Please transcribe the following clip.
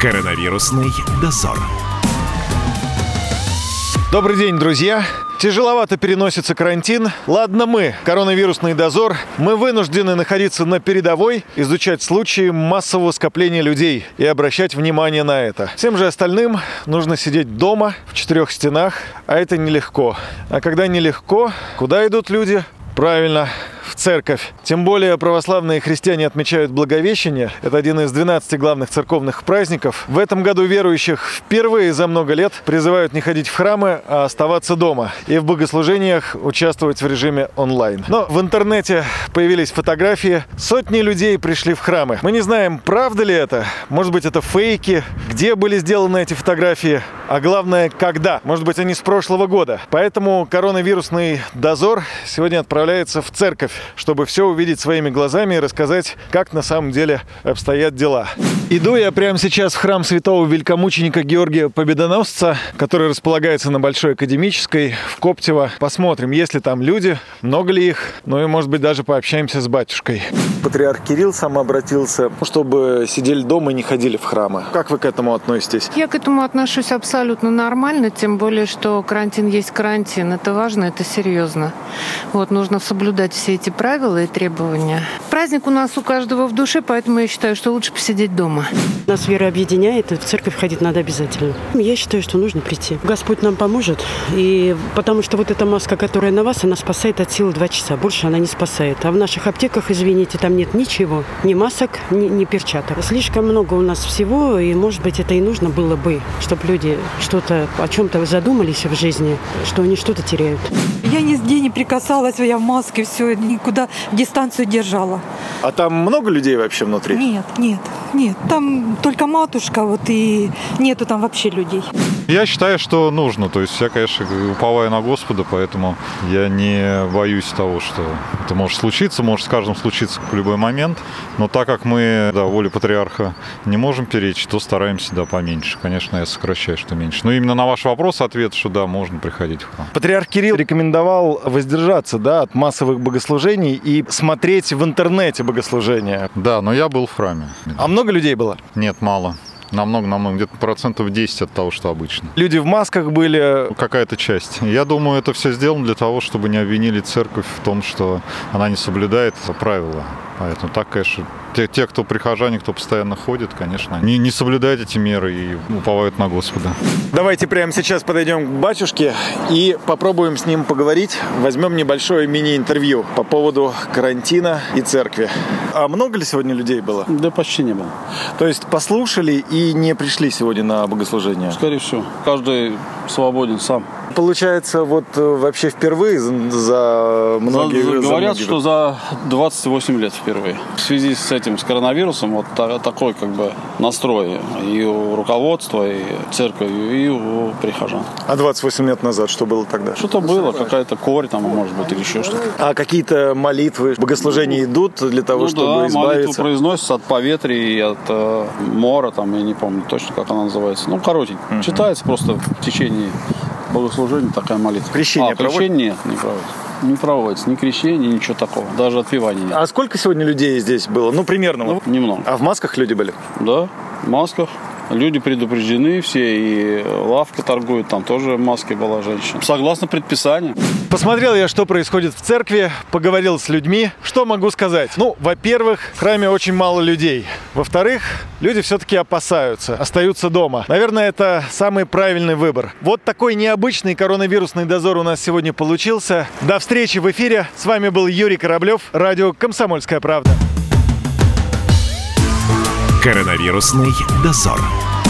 Коронавирусный дозор. Добрый день, друзья! Тяжеловато переносится карантин. Ладно мы, коронавирусный дозор, мы вынуждены находиться на передовой, изучать случаи массового скопления людей и обращать внимание на это. Всем же остальным нужно сидеть дома, в четырех стенах, а это нелегко. А когда нелегко, куда идут люди? Правильно, в церковь. Тем более православные христиане отмечают Благовещение. Это один из 12 главных церковных праздников. В этом году верующих впервые за много лет призывают не ходить в храмы, а оставаться дома и в богослужениях участвовать в режиме онлайн. Но в интернете появились фотографии. Сотни людей пришли в храмы. Мы не знаем, правда ли это. Может быть, это фейки. Где были сделаны эти фотографии? А главное, когда? Может быть, они с прошлого года. Поэтому коронавирусный дозор сегодня отправляется в церковь, чтобы все увидеть своими глазами и рассказать, как на самом деле обстоят дела. Иду я прямо сейчас в храм святого великомученика Георгия Победоносца, который располагается на Большой Академической в Коптево. Посмотрим, есть ли там люди, много ли их, ну и, может быть, даже пообщаемся с батюшкой. Патриарх Кирилл сам обратился, чтобы сидели дома и не ходили в храмы. Как вы к этому относитесь? Я к этому отношусь абсолютно нормально, тем более, что карантин есть карантин. Это важно, это серьезно. Нужно соблюдать все эти правила и требования. Праздник у нас у каждого в душе, поэтому я считаю, что лучше посидеть дома. Нас вера объединяет, и в церковь ходить надо обязательно. Я считаю, что нужно прийти. Господь нам поможет, и потому что эта маска, которая на вас, она спасает от силы 2 часа. Больше она не спасает. А в наших аптеках, извините, там нет ничего. Ни масок, ни перчаток. Слишком много у нас всего, и, может быть, это и нужно было бы, чтобы люди о чем-то задумались в жизни, что они что-то теряют. Я нигде не прикасалась, я в маске, все, никуда дистанцию держала. А там много людей вообще внутри? Нет. Там только матушка, и нету там вообще людей. Я считаю, что нужно. То есть я, конечно, уповаю на Господа, поэтому я не боюсь того, что это может случиться, может с каждым случиться в любой момент. Но так как мы, воле патриарха не можем перечить, то стараемся, поменьше. Конечно, я сокращаю, что меньше. Но именно на ваш вопрос ответ, что можно приходить в храм. Патриарх Кирилл рекомендовал воздержаться, от массовых богослужений и смотреть в интернете богослужения. Да, но я был в храме. А много людей было? Нет, мало. Намного, где-то 10% от того, что обычно. Люди в масках были? Какая-то часть. Я думаю, это все сделано для того, чтобы не обвинили церковь в том, что она не соблюдает правила. Поэтому так, конечно, те, кто прихожане, кто постоянно ходит, конечно, не соблюдают эти меры и уповают на Господа. Давайте прямо сейчас подойдем к батюшке и попробуем с ним поговорить. Возьмем небольшое мини-интервью по поводу карантина и церкви. А много ли сегодня людей было? Да почти не было. То есть послушали и не пришли сегодня на богослужение? Скорее всего. Каждый свободен сам. Получается, вообще впервые за многие... Говорят, что за 28 лет впервые. В связи с этим, с коронавирусом, такой настрой и у руководства, и церкви, и у прихожан. А 28 лет назад что было тогда? Что-то было, какая-то корь может быть, или еще что-то. А какие-то молитвы, богослужения идут для того, чтобы избавиться? Молитва произносится от поветрия и от мора, я не помню точно, как она называется. Коротенько. Читается просто в течение богослужения такая молитва. Крещение Крещение нет, не проводится. Не проводится ни крещение, ничего такого. Даже отпевания нет. А сколько сегодня людей здесь было? Примерно. Немного. А в масках люди были? Да, в масках. Люди предупреждены все, и лавка торгует, там тоже в маске была женщина. Согласно предписанию. Посмотрел я, что происходит в церкви, поговорил с людьми. Что могу сказать? Во-первых, в храме очень мало людей. Во-вторых, люди все-таки опасаются, остаются дома. Наверное, это самый правильный выбор. Такой необычный коронавирусный дозор у нас сегодня получился. До встречи в эфире. С вами был Юрий Кораблев, радио «Комсомольская правда». Коронавирусный дозор.